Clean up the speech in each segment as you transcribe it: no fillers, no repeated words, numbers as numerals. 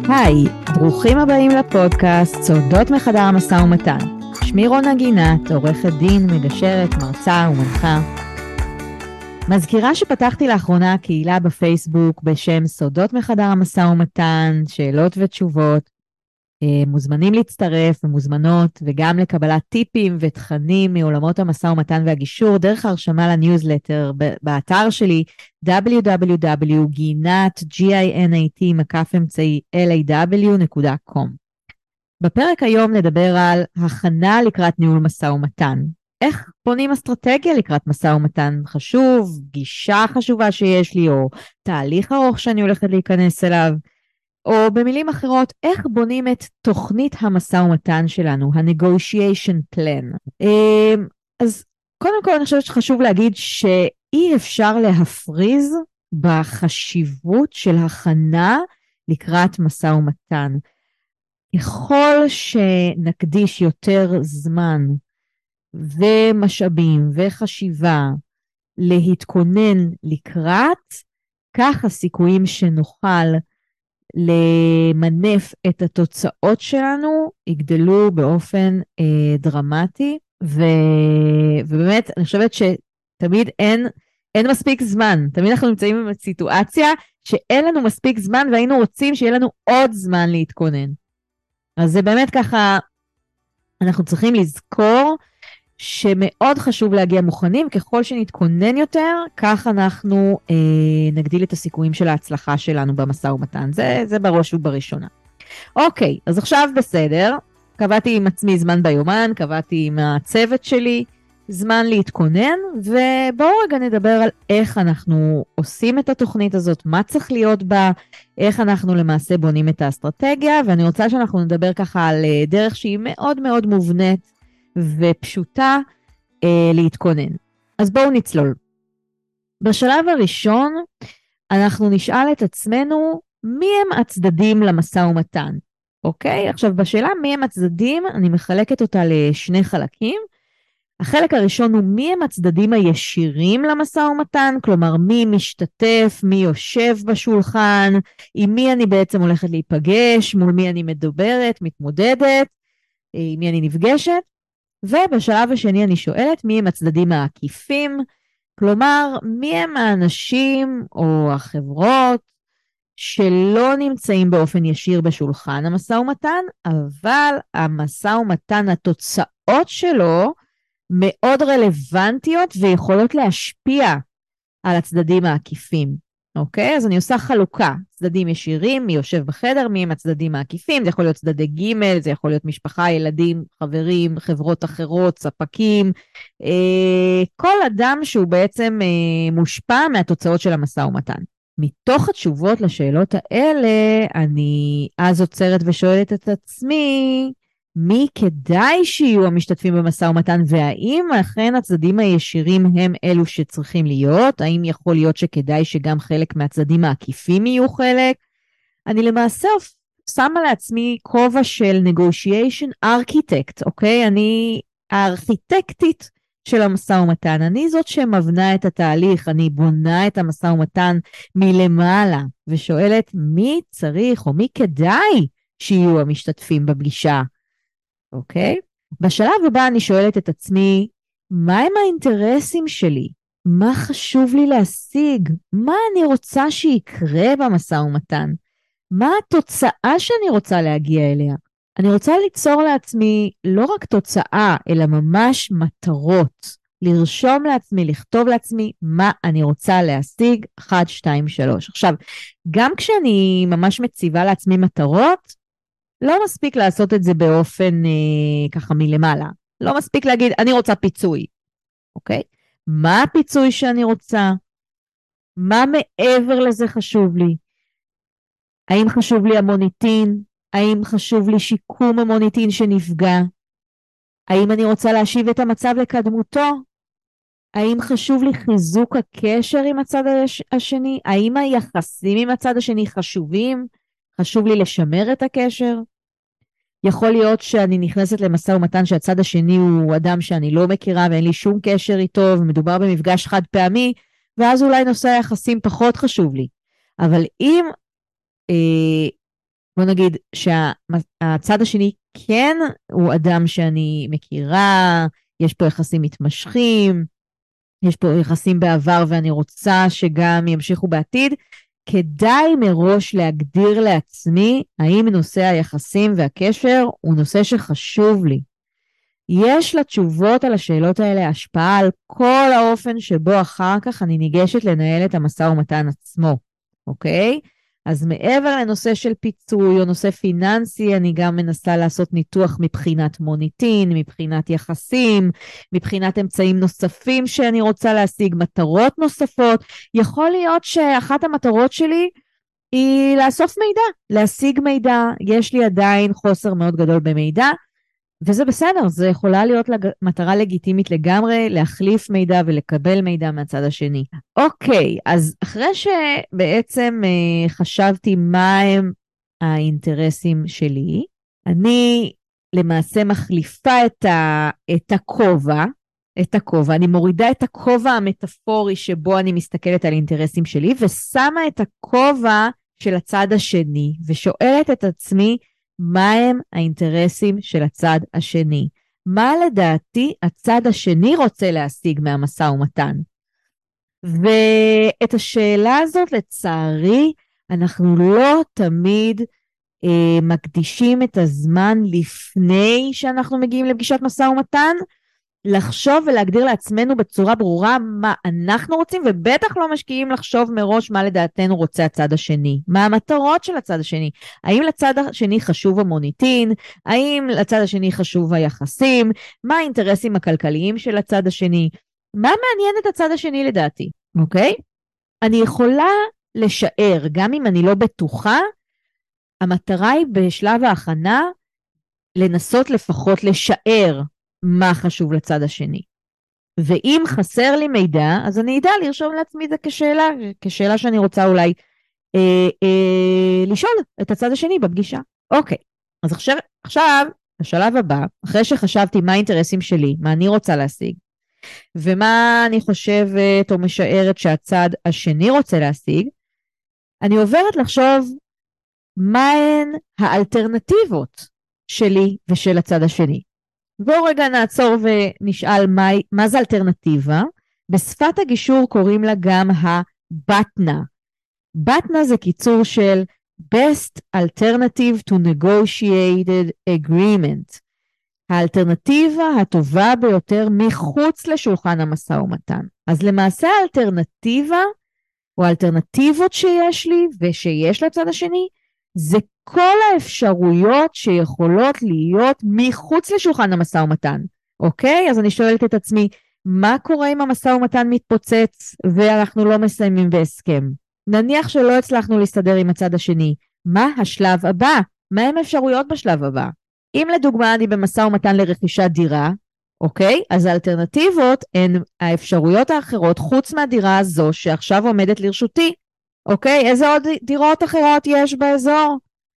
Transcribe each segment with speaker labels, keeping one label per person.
Speaker 1: היי, ברוכים הבאים לפודקאסט סודות מחדר המשא ומתן. שמי רונה גינת, עורכת דין, מגשרת, מרצה ומנחה. מזכירה שפתחתי לאחרונה קהילה בפייסבוק בשם סודות מחדר המשא ומתן, שאלות ותשובות. מוזמנים להצטרף ומוזמנות וגם לקבלת טיפים ותכנים מעולמות המשא ומתן והגישור דרך הרשמה לניוזלטר באתר שלי www.ginat.law.com. בפרק היום נדבר על הכנה לקראת ניהול משא ומתן. איך בונים אסטרטגיה לקראת משא ומתן חשוב, גישה חשובה שיש לי או תהליך ארוך שאני הולכת להיכנס אליו. או במילים אחרות, איך בונים את תוכנית המשא ומתן שלנו, ה-negotiation plan. אז קודם כל אני חושבת שחשוב להגיד שאי אפשר להפריז בחשיבות של הכנה לקראת משא ומתן. ככל שנקדיש יותר זמן ומשאבים וחשיבה להתכונן לקראת, כך הסיכויים שנוכל למנף את התוצאות שלנו יגדלו באופן דרמטי, ובאמת אני חושבת שתמיד אין מספיק זמן, תמיד אנחנו נמצאים בסיטואציה שאין לנו מספיק זמן והיינו רוצים שיהיה לנו עוד זמן להתכונן. אז זה באמת ככה, אנחנו צריכים לזכור שמאוד חשוב להגיע מוכנים, ככל שנתכונן יותר, כך אנחנו נגדיל את הסיכויים של ההצלחה שלנו במשא ומתן. זה בראש ובראשונה. אוקיי, אז עכשיו בסדר, קבעתי עם עצמי זמן ביומן, קבעתי עם הצוות שלי זמן להתכונן, ובואו רגע נדבר על איך אנחנו עושים את התוכנית הזאת, מה צריך להיות בה, איך אנחנו למעשה בונים את האסטרטגיה, ואני רוצה שאנחנו נדבר ככה על דרך שהיא מאוד מאוד מובנית, ופשוטה להתכונן. אז בואו נצלול. בשלב הראשון, אנחנו נשאל את עצמנו, מי הם הצדדים למשא ומתן? אוקיי? עכשיו, בשאלה מי הם הצדדים, אני מחלקת אותה לשני חלקים. החלק הראשון הוא מי הם הצדדים הישירים למשא ומתן, כלומר, מי משתתף, מי יושב בשולחן, עם מי אני בעצם הולכת להיפגש, מול מי אני מדברת, מתמודדת, עם מי אני נפגשת. ובשלב השני אני שואלת מי הם הצדדים העקיפים, כלומר מי הם האנשים או החברות שלא נמצאים באופן ישיר בשולחן המשא ומתן, אבל המשא ומתן, התוצאות שלו מאוד רלוונטיות ויכולות להשפיע על הצדדים העקיפים. אוקיי? אז אני עושה חלוקה, צדדים ישירים, מי יושב בחדר, מי הם הצדדים העקיפים, זה יכול להיות צדדי ג', זה יכול להיות משפחה, ילדים, חברים, חברות אחרות, ספקים, כל אדם שהוא בעצם מושפע מהתוצאות של המשא ומתן. מתוך התשובות לשאלות האלה, אני אז עוצרת ושואלת את עצמי, מי כדאי שיהיו המשתתפים במשא ומתן, והאם אכן הצדדים הישירים הם אלו שצריכים להיות? האם יכול להיות שכדאי שגם חלק מהצדדים העקיפים יהיו חלק? אני למעשה שמה לעצמי כובע של negotiation architect, אוקיי? אני הארכיטקטית של המשא ומתן, אני זאת שמבנה את התהליך, אני בונה את המשא ומתן מלמעלה, ושואלת מי צריך או מי כדאי שיהיו המשתתפים בפגישה. אוקיי? בשלב הבא אני שואלת את עצמי, מה הם האינטרסים שלי? מה חשוב לי להשיג? מה אני רוצה שיקרה במשא ומתן? מה התוצאה שאני רוצה להגיע אליה? אני רוצה ליצור לעצמי לא רק תוצאה, אלא ממש מטרות. לרשום לעצמי, לכתוב לעצמי מה אני רוצה להשיג, 1, 2, 3. עכשיו, גם כשאני ממש מציבה לעצמי מטרות, לא מספיק לעשות את זה באופן ככה מלמעלה. לא מספיק להגיד, אני רוצה פיצוי. אוקיי? מה הפיצוי שאני רוצה? מה מעבר לזה חשוב לי? האם חשוב לי המוניטין? האם חשוב לי שיקום המוניטין שנפגע? האם אני רוצה להשיב את המצב לקדמותו? האם חשוב לי חיזוק הקשר עם הצד השני? האם היחסים עם הצד השני חשובים? חשוב לי לשמר את הקשר? יכול להיות שאני נכנסת למשא ומתן שהצד השני הוא אדם שאני לא מכירה ואין לי שום קשר איתו ומדובר במפגש חד פעמי, ואז אולי נושא היחסים פחות חשוב לי. אבל אם בוא נגיד שהצד השני כן הוא אדם שאני מכירה, יש פה יחסים מתמשכים, יש פה יחסים בעבר ואני רוצה שגם ימשיכו בעתיד, כדאי מראש להגדיר לעצמי האם נושא היחסים והקשר הוא נושא שחשוב לי. יש לתשובות על השאלות האלה השפעה על כל האופן שבו אחר כך אני ניגשת לנהל את המשא ומתן עצמו, אוקיי? אז מעבר לנושא של פיצוי או נושא פיננסי, אני גם מנסה לעשות ניתוח מבחינת מוניטין, מבחינת יחסים, מבחינת אמצעים נוספים שאני רוצה להשיג, מטרות נוספות. יכול להיות שאחת המטרות שלי היא לאסוף מידע, להשיג מידע. יש לי עדיין חוסר מאוד גדול במידע, וזה בסדר, זה יכולה להיות מטרה לגיטימית לגמרי, להחליף מידע ולקבל מידע מהצד השני. אוקיי, אז אחרי שבעצם חשבתי מהם האינטרסים שלי, אני למעשה מחליפה את הכובע, אני מורידה את הכובע המטאפורי שבו אני מסתכלת על אינטרסים שלי, ושמה את הכובע של הצד השני, ושואלת את עצמי, מה הם האינטרסים של הצד השני? מה לדעתי הצד השני רוצה להשיג מהמשא ומתן? ואת השאלה הזאת לצערי אנחנו לא תמיד מקדישים את הזמן לפני שאנחנו מגיעים לפגישת משא ומתן, לחשוב ולהגדיר לעצמנו בצורה ברורה מה אנחנו רוצים, ובטח לא משקיעים לחשוב מראש מה לדעתנו רוצה הצד השני. מה המטרות של הצד השני? האם לצד השני חשוב המוניטין? האם לצד השני חשוב היחסים? מה האינטרסים הכלכליים של הצד השני? מה מעניין את הצד השני לדעתי? אוקיי? אני יכולה לשער, גם אם אני לא בטוחה, המטרה היא בשלב ההכנה לנסות לפחות לשער מה חשוב לצד השני. ואם חסר לי מידע, אז אני אדע לרשום לעצמי את זה כשאלה שאני רוצה אולי לשאול את הצד השני בפגישה. אוקיי, אז עכשיו, השלב הבא, אחרי שחשבתי מה האינטרסים שלי, מה אני רוצה להשיג, ומה אני חושבת או משערת שהצד השני רוצה להשיג, אני עוברת לחשוב מהן האלטרנטיבות שלי ושל הצד השני. בואו רגע נעצור ונשאל מה זה אלטרנטיבה. בשפת הגישור קוראים לה גם הבטנה. בטנה זה קיצור של Best Alternative to Negotiated Agreement. האלטרנטיבה הטובה ביותר מחוץ לשולחן המשא ומתן. אז למעשה האלטרנטיבה או האלטרנטיבות שיש לי ושיש לצד השני, זה כל האפשרויות שיכולות להיות מחוץ לשולחן המשא ומתן, אוקיי? אז אני שואלת את עצמי, מה קורה אם המשא ומתן מתפוצץ ואנחנו לא מסיימים בהסכם? נניח שלא הצלחנו להסתדר עם הצד השני, מה השלב הבא? מה הם האפשרויות בשלב הבא? אם לדוגמה אני במשא ומתן לרכישת דירה, אוקיי? אז האלטרנטיבות הן האפשרויות האחרות חוץ מהדירה הזו שעכשיו עומדת לרשותי. אוקיי, איזה עוד דירות אחרות יש באזור?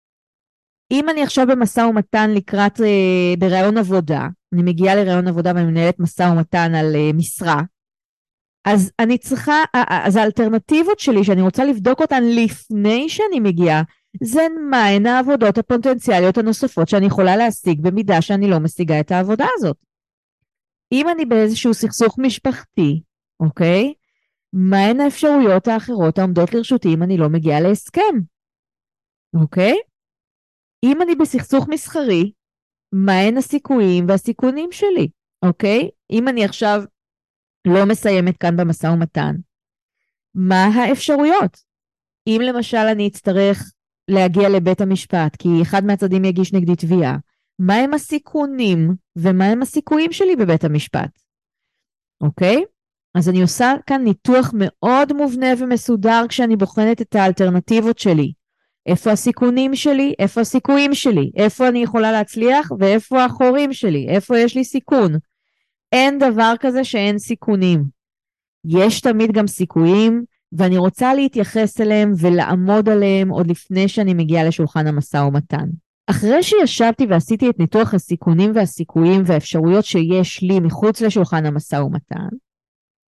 Speaker 1: אם אני עכשיו במשא ומתן לקראת, ברעיון עבודה, אני מגיעה לרעיון עבודה ואני מנהלת משא ומתן על משרה, אז אני צריכה, אז האלטרנטיבות שלי שאני רוצה לבדוק אותן לפני שאני מגיעה, זה מהן העבודות הפוטנציאליות הנוספות שאני יכולה להשיג במידה שאני לא משיגה את העבודה הזאת. אם אני באיזשהו סכסוך משפחתי, אוקיי? מהן האפשרויות האחרות העומדות לרשותי אם אני לא מגיעה להסכם? אוקיי? אם אני בסכסוך מסחרי, מהן הסיכויים והסיכונים שלי? אוקיי? אם אני עכשיו לא מסיימת כאן במשא ומתן, מה האפשרויות? אם למשל אני אצטרך להגיע לבית המשפט, כי אחד מהצדדים יגיש נגדי תביעה, מהם הסיכונים ומהם הסיכויים שלי בבית המשפט? אוקיי? אז אני עושה כאן ניתוח מאוד מובנה ומסודר כשאני בוחנת את האלטרנטיבות שלי. איפה הסיכונים שלי? איפה הסיכויים שלי? איפה אני יכולה להצליח? ואיפה החורים שלי? איפה יש לי סיכון? אין דבר כזה שאין סיכונים. יש תמיד גם סיכויים, ואני רוצה להתייחס אליהם ולעמוד עליהם עוד לפני שאני מגיעה לשולחן המשא ומתן. אחרי שישבתי ועשיתי את ניתוח הסיכונים והסיכויים והאפשרויות שיש לי מחוץ לשולחן המשא ומתן,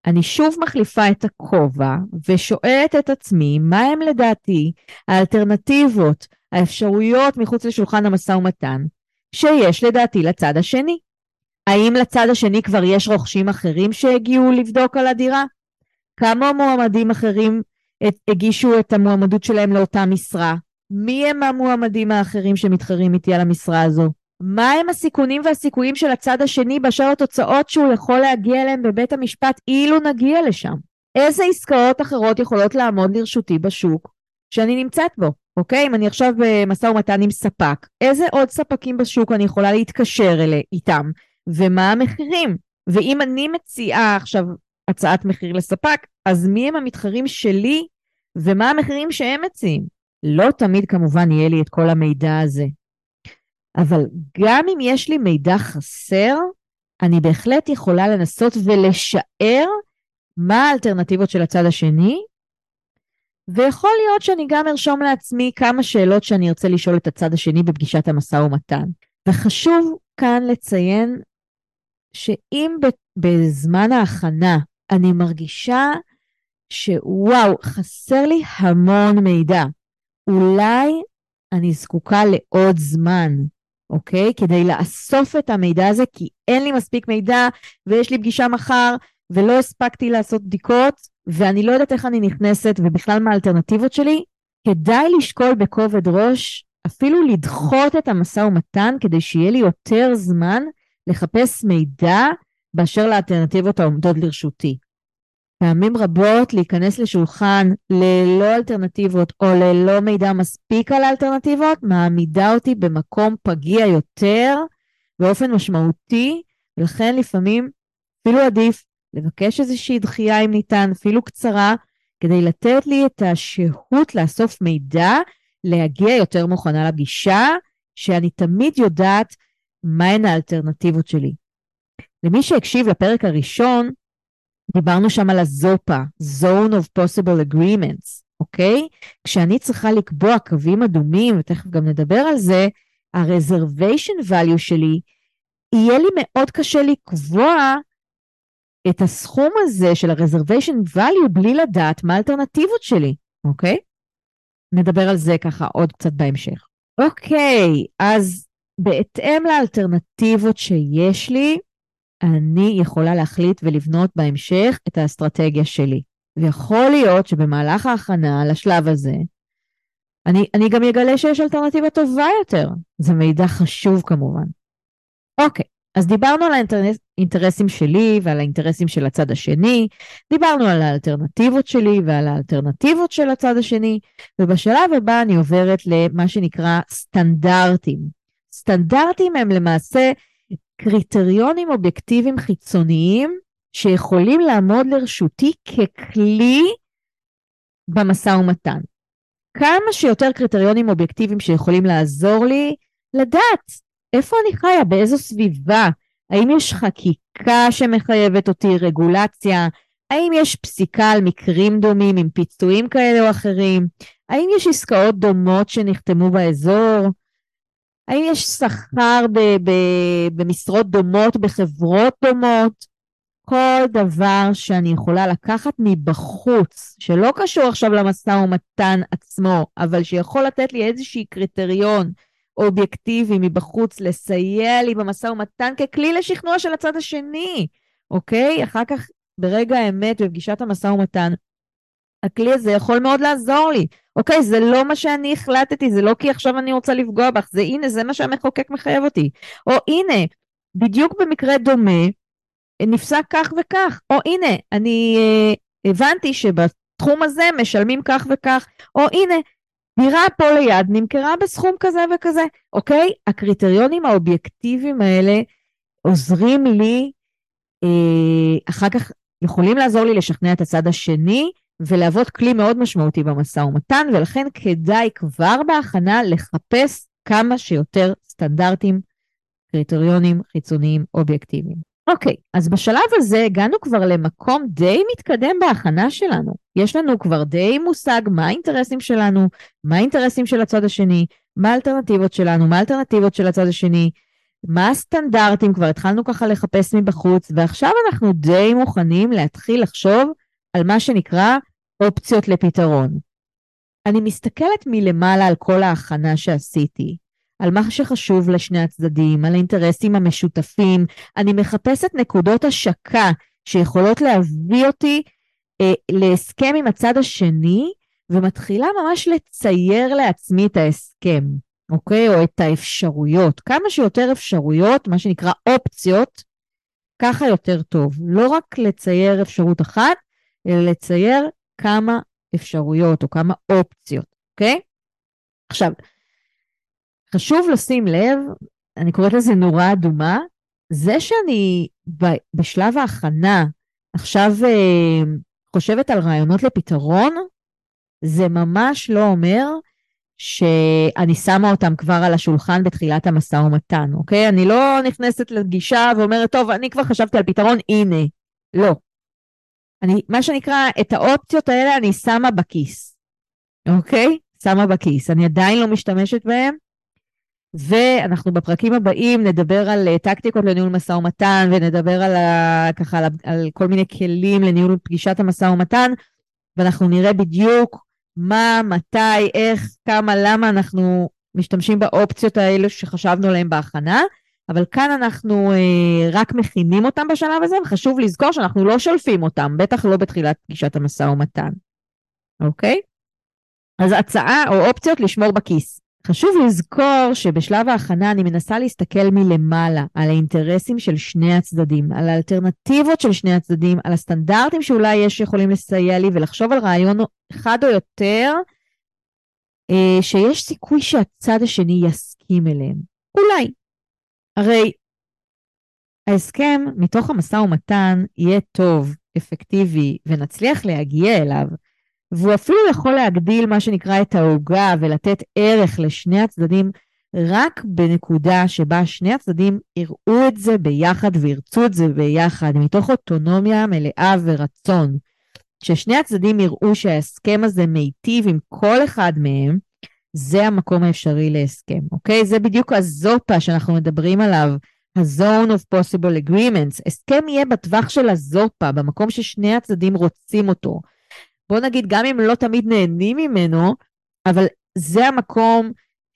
Speaker 1: אני שוב מחליפה את הכובע ושואלת את עצמי מה הם לדעתי האלטרנטיבות, האפשרויות מחוץ לשולחן המשא ומתן שיש לדעתי לצד השני. האם לצד השני כבר יש רוכשים אחרים שהגיעו לבדוק על הדירה? כמה מועמדים אחרים הגישו את המועמדות שלהם לאותה משרה? מי הם המועמדים האחרים שמתחרים איתי על המשרה הזו? מה הם הסיכונים והסיכויים של הצד השני באשר לתוצאות שהוא יכול להגיע אליהם בבית המשפט אילו נגיע לשם? איזה עסקאות אחרות יכולות לעמוד לרשותי בשוק שאני נמצאת בו? אוקיי, אם אני עכשיו במשא ומתן עם ספק, איזה עוד ספקים בשוק אני יכולה להתקשר איתם? ומה המחירים? ואם אני מציעה עכשיו הצעת מחיר לספק, אז מי הם המתחרים שלי ומה המחירים שהם מציעים? לא תמיד כמובן יהיה לי את כל המידע הזה. אבל גם אם יש לי מידע חסר, אני בהחלט יכולה לנסות ולשער מה האלטרנטיבות של הצד השני, ויכול להיות שאני גם ארשום לעצמי כמה שאלות שאני ארצה לשאול את הצד השני בפגישת המשא ומתן. וחשוב כאן לציין שאם בזמן ההכנה אני מרגישה שוואו, חסר לי המון מידע, אולי אני זקוקה לעוד זמן, אוקיי? כדי לאסוף את המידע הזה, כי אין לי מספיק מידע, ויש לי פגישה מחר, ולא הספקתי לעשות בדיקות, ואני לא יודעת איך אני נכנסת, ובכלל מה האלטרנטיבות שלי. כדאי לשקול בכובד ראש, אפילו לדחות את המשא ומתן, כדי שיהיה לי יותר זמן לחפש מידע, באשר לאלטרנטיבות העומדות לרשותי. פעמים רבות להיכנס לשולחן ללא אלטרנטיבות או ללא מידע מספיק על האלטרנטיבות, מעמידה אותי במקום פגיע יותר באופן משמעותי, ולכן לפעמים אפילו עדיף לבקש איזושהי דחייה אם ניתן, אפילו קצרה, כדי לתת לי את השהות לאסוף מידע, להגיע יותר מוכנה לפגישה, שאני תמיד יודעת מהן האלטרנטיבות שלי. למי שהקשיב לפרק הראשון, דיברנו שם על הזופה, Zone of Possible Agreements, אוקיי? כשאני צריכה לקבוע קווים אדומים, ותכף גם נדבר על זה, ה-reservation value שלי, יהיה לי מאוד קשה לקבוע את הסכום הזה של ה-reservation value, בלי לדעת מה האלטרנטיבות שלי, אוקיי? נדבר על זה ככה עוד קצת בהמשך. אוקיי, אז בהתאם לאלטרנטיבות שיש לי, אני יכולה להחליט ולבנות בהמשך את האסטרטגיה שלי. ויכול להיות שבמהלך ההכנה לשלב הזה, אני גם אגלה שיש אלטרנטיבה טובה יותר. זה מידע חשוב כמובן. אוקיי, אז דיברנו על האינטרסים שלי ועל האינטרסים של הצד השני, דיברנו על האלטרנטיבות שלי ועל האלטרנטיבות של הצד השני, ובשלב הבא אני עוברת למה שנקרא סטנדרטים. סטנדרטים הם למעשה קריטריונים אובייקטיביים חיצוניים שיכולים לעמוד לרשותי ככלי במשא ומתן. כמה שיותר קריטריונים אובייקטיביים שיכולים לעזור לי לדעת איפה אני חיה, באיזו סביבה, האם יש חקיקה שמחייבת אותי, רגולציה, האם יש פסיקה על מקרים דומים עם פיצויים כאלה או אחרים, האם יש עסקאות דומות שנחתמו באזור, האם יש שכר במשרות דומות, בחברות דומות, כל דבר שאני יכולה לקחת מבחוץ, שלא קשור עכשיו למשא ומתן עצמו, אבל שיכול לתת לי איזושהי קריטריון אובייקטיבי מבחוץ, לסייע לי במשא ומתן ככלי לשכנוע של הצד השני, אוקיי? אחר כך ברגע האמת בפגישת המשא ומתן, הכלי הזה יכול מאוד לעזור לי. אוקיי, זה לא מה שאני החלטתי, זה לא כי עכשיו אני רוצה לפגוע בך, זה הנה, זה מה שהמחוקק מחייב אותי. או הנה, בדיוק במקרה דומה, נפסק כך וכך. או הנה, אני הבנתי שבתחום הזה משלמים כך וכך. או הנה, דירה פה ליד נמכרה בסכום כזה וכזה. אוקיי? הקריטריונים האובייקטיביים האלה עוזרים לי, אחר כך יכולים לעזור לי לשכנע את הצד השני, ולהוות כלי מאוד משמעותי במשא ומתן, ולכן כדאי כבר בהכנה לחפש כמה שיותר סטנדרטים, קריטריונים חיצוניים אובייקטיביים. אוקיי, אז בשלב הזה הגענו כבר למקום די מתקדם בהכנה שלנו. יש לנו כבר די מושג מה האינטרסים שלנו, מה האינטרסים של הצד השני, מה האלטרנטיבות שלנו, מה האלטרנטיבות של הצד השני, מה הסטנדרטים, כבר התחלנו ככה לחפש מבחוץ, ועכשיו אנחנו די מוכנים להתחיל לחשוב על מה שנקרא אופציות לפתרון. אני מסתכלת מלמעלה על כל ההכנה שעשיתי, על מה שחשוב לשני הצדדים, על האינטרסים המשותפים, אני מחפשת נקודות השקה שיכולות להביא אותי להסכם עם הצד השני, ומתחילה ממש לצייר לעצמי את ההסכם, אוקיי? או את האפשרויות. כמה שיותר אפשרויות, מה שנקרא אופציות, ככה יותר טוב. לא רק לצייר אפשרות אחת, אלא לצייר כמה אפשרויות או כמה אופציות, אוקיי? עכשיו, חשוב לשים לב, אני קוראת לזה נורה אדומה, זה שאני בשלב ההכנה עכשיו חושבת על רעיונות לפתרון, זה ממש לא אומר שאני שמה אותם כבר על השולחן בתחילת המשא ומתן, אוקיי? אני לא נכנסת לגישה ואומרת, טוב, אני כבר חשבתי על פתרון, הנה. לא. מה שנקרא, את האופציות האלה אני שמה בכיס, אוקיי? שמה בכיס. אני עדיין לא משתמשת בהם, ואנחנו בפרקים הבאים נדבר על טקטיקות לניהול משא ומתן, ונדבר ככה, על כל מיני כלים לניהול פגישת המשא ומתן, ואנחנו נראה בדיוק מה, מתי, איך, כמה, למה אנחנו משתמשים באופציות האלו שחשבנו עליהן בהכנה, אבל כאן אנחנו רק מכינים אותם בשלב הזה, וחשוב לזכור שאנחנו לא שולפים אותם, בטח לא בתחילת פגישת המשא ומתן. אוקיי? אז הצעה או אופציות לשמור בכיס. חשוב לזכור שבשלב ההכנה אני מנסה להסתכל מלמעלה על האינטרסים של שני הצדדים, על האלטרנטיבות של שני הצדדים, על הסטנדרטים שאולי יש שיכולים לסייע לי, ולחשוב על רעיון אחד או יותר, שיש סיכוי שהצד השני יסכים אליהם. אולי. הרי ההסכם מתוך המשא ומתן יהיה טוב, אפקטיבי, ונצליח להגיע אליו, והוא אפילו יכול להגדיל מה שנקרא את העוגה ולתת ערך לשני הצדדים, רק בנקודה שבה שני הצדדים יראו את זה ביחד וירצו את זה ביחד, מתוך אוטונומיה מלאה ורצון. כששני הצדדים יראו שההסכם הזה מיטיב עם כל אחד מהם, זה המקום האפשרי להסכם, אוקיי? זה בדיוק הזופה שאנחנו מדברים עליו, ה-zone of possible agreements. הסכם יהיה בטווח של הזופה, במקום ששני הצדדים רוצים אותו. בוא נגיד, גם אם לא תמיד נהנים ממנו, אבל זה המקום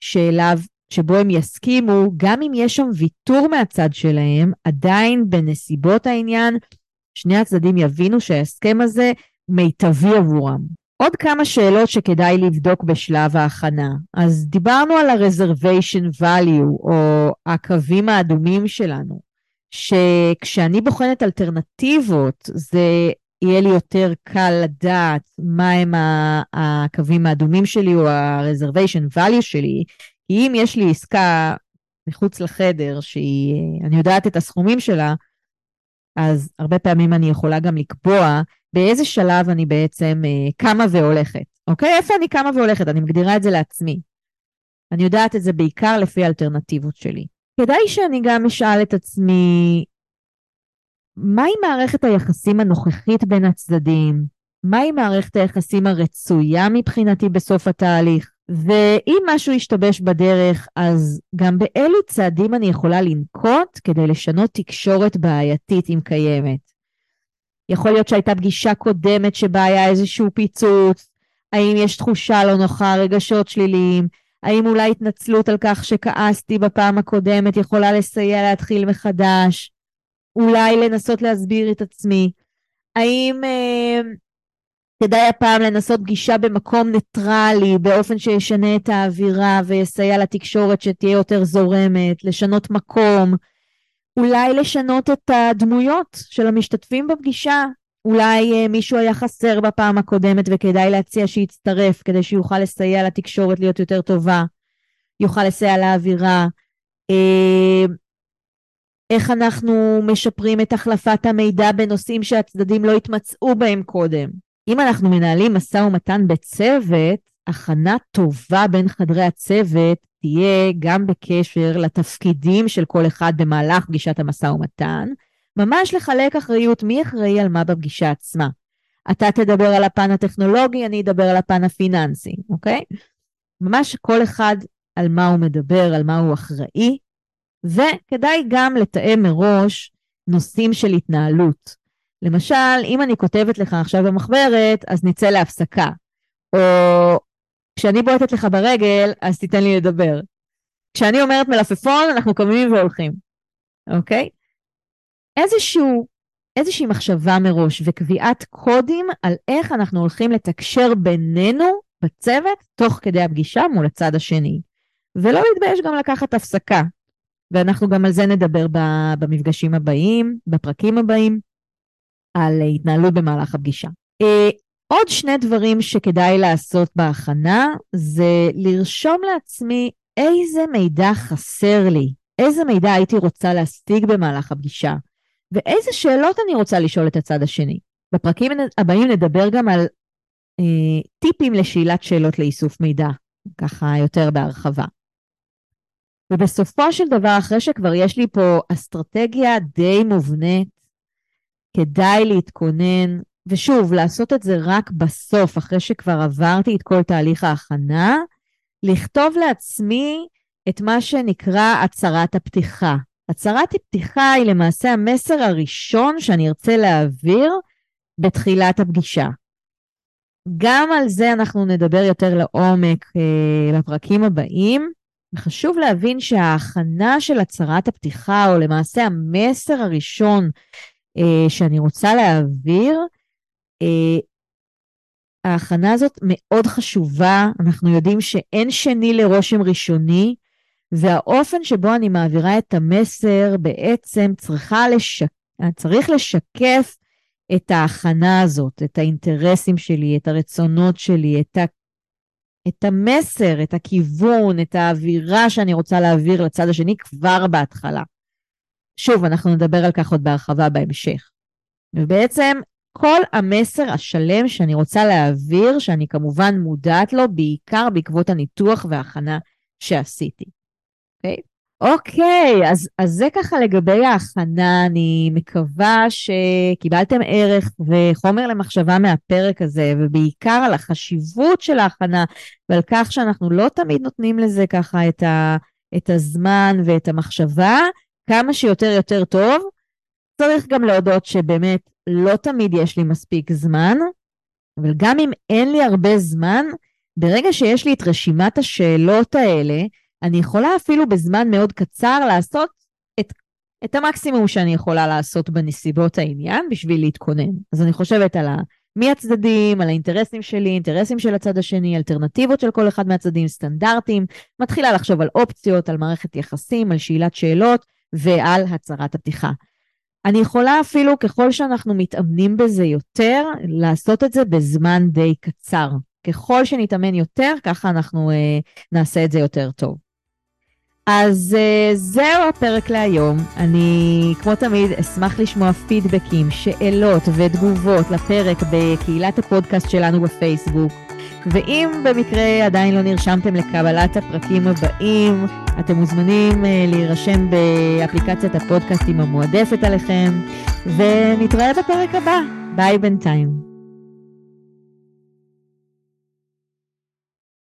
Speaker 1: שבו הם יסכימו, גם אם יש שם ויתור מהצד שלהם, עדיין בנסיבות העניין, שני הצדדים יבינו שההסכם הזה מיטבי עבורם. עוד כמה שאלות שכדאי לבדוק בשלב ההכנה. אז דיברנו על ה-reservation value, או הקווים האדומים שלנו, שכשאני בוחנת אלטרנטיבות, זה יהיה לי יותר קל לדעת מה הם הקווים האדומים שלי, או ה-reservation value שלי, כי אם יש לי עסקה מחוץ לחדר, שאני יודעת את הסכומים שלה, אז הרבה פעמים אני יכולה גם לקבוע באיזה שלב אני בעצם קמה והולכת. אוקיי? איפה אני קמה והולכת? אני מגדירה את זה לעצמי. אני יודעת את זה בעיקר לפי האלטרנטיבות שלי. כדאי שאני גם אשאל את עצמי, מהי מערכת היחסים הנוכחית בין הצדדים? מהי מערכת היחסים הרצויה מבחינתי בסוף התהליך? ואם משהו ישתבש בדרך, אז גם באילו צעדים אני יכולה לנקוט כדי לשנות תקשורת בעייתית אם קיימת. יכול להיות שהייתה פגישה קודמת שבה היה איזשהו פיצוץ, האם יש תחושה לא נוחה, רגשות שליליים, האם אולי התנצלות על כך שכעסתי בפעם הקודמת יכולה לסייע להתחיל מחדש, אולי לנסות להסביר את עצמי, האם כדאי הפעם לנסות פגישה במקום ניטרלי, באופן שישנה את האווירה ויסייע לתקשורת שתהיה יותר זורמת, לשנות מקום, אולי לשנות את הדמויות של המשתתפים בפגישה, אולי מישהו היה חסר בפעם הקודמת וכדאי להציע שיצטרף כדי שיוכל לסייע לתקשורת להיות יותר טובה, יוכל לסייע לאווירה, איך אנחנו משפרים את החלפת המידע בנושאים שהצדדים לא התמצאו בהם קודם. אם אנחנו מנהלים משא ומתן בצוות, הכנה טובה בין חדרי הצוות תהיה גם בקשר לתפקידים של כל אחד במהלך פגישת המשא ומתן, ממש לחלק אחריות מי אחראי על מה בפגישה עצמה. אתה תדבר על הפן הטכנולוגי, אני אדבר על הפן הפיננסי, אוקיי? ממש כל אחד על מה הוא מדבר, על מה הוא אחראי, וכדאי גם לתאם מראש נושאים של התנהלות. למשל, אם אני כותבת לך עכשיו במחברת, אז נצא להפסקה. או כשאני בועטת לך ברגל, אז תיתן לי לדבר. כשאני אומרת מלפפון, אנחנו קמים והולכים. אוקיי? איזושהי מחשבה מראש וקביעת קודים על איך אנחנו הולכים לתקשר בינינו בצוות תוך כדי הפגישה מול הצד השני. ולא להתבייש גם לקחת הפסקה. ואנחנו גם על זה נדבר במפגשים הבאים, בפרקים הבאים, על התנהלות במהלך הפגישה. עוד שני דברים שכדאי לעשות בהכנה, זה לרשום לעצמי איזה מידע חסר לי, איזה מידע הייתי רוצה להשיג במהלך הפגישה, ואיזה שאלות אני רוצה לשאול את הצד השני. בפרקים הבאים נדבר גם על טיפים לשאלת שאלות לאיסוף מידע, ככה יותר בהרחבה. ובסופו של דבר, אחרי שכבר יש לי פה אסטרטגיה די מובנית, כדאי להתכונן, ושוב, לעשות את זה רק בסוף, אחרי שכבר עברתי את כל תהליך ההכנה, לכתוב לעצמי את מה שנקרא הצהרת הפתיחה. הצהרת הפתיחה היא למעשה המסר הראשון שאני ארצה להעביר בתחילת הפגישה. גם על זה אנחנו נדבר יותר לעומק בפרקים הבאים. חשוב להבין שההכנה של הצהרת הפתיחה, או למעשה המסר הראשון שאני רוצה להעביר, ההכנה הזאת מאוד חשובה. אנחנו יודעים שאין שני לרושם ראשוני, והאופן שבו אני מעבירה את המסר בעצם צריך לשקף את ההכנה הזאת, את האינטרסים שלי, את הרצונות שלי, את המסר, את הכיוון, את האווירה שאני רוצה להעביר לצד השני כבר בהתחלה. שוב, אנחנו נדבר על כך עוד בהרחבה בהמשך. ובעצם כל המסר השלם שאני רוצה להעביר, שאני כמובן מודעת לו, בעיקר בעקבות הניתוח וההכנה שעשיתי. אוקיי, אז זה ככה לגבי ההכנה. אני מקווה שקיבלתם ערך וחומר למחשבה מהפרק הזה, ובעיקר על החשיבות של ההכנה, ועל כך שאנחנו לא תמיד נותנים לזה ככה את הזמן ואת המחשבה, כמה שיותר יותר טוב. צריך גם להודות שבאמת לא תמיד יש לי מספיק זמן, אבל גם אם אין לי הרבה זמן, ברגע שיש לי את רשימת השאלות האלה, אני יכולה אפילו בזמן מאוד קצר לעשות את המקסימום שאני יכולה לעשות בנסיבות העניין בשביל להתכונן. אז אני חושבת על מי הצדדים, על האינטרסים שלי, אינטרסים של הצד השני, אלטרנטיבות של כל אחד מהצדדים, סטנדרטים, מתחילה לחשוב על אופציות, על מערכת יחסים, על שאלת שאלות ועל הצהרת הפתיחה. אני יכולה אפילו ככל שאנחנו מתאמנים בזה יותר, לעשות את זה בזמן די קצר. ככל שנתאמן יותר, ככה אנחנו נעשה את זה יותר טוב. אז זהו הפרק להיום. אני כמו תמיד אשמח לשמוע פידבקים, שאלות ותגובות לפרק בקהילת הפודקאסט שלנו בפייסבוק. ואם במקרה עדיין לא נרשמתם לקבלת הפרקים הבאים, אתם מוזמנים להירשם באפליקציית הפודקאסטים המועדפת עליכם, ונתראה בפרק הבא. ביי בינתיים.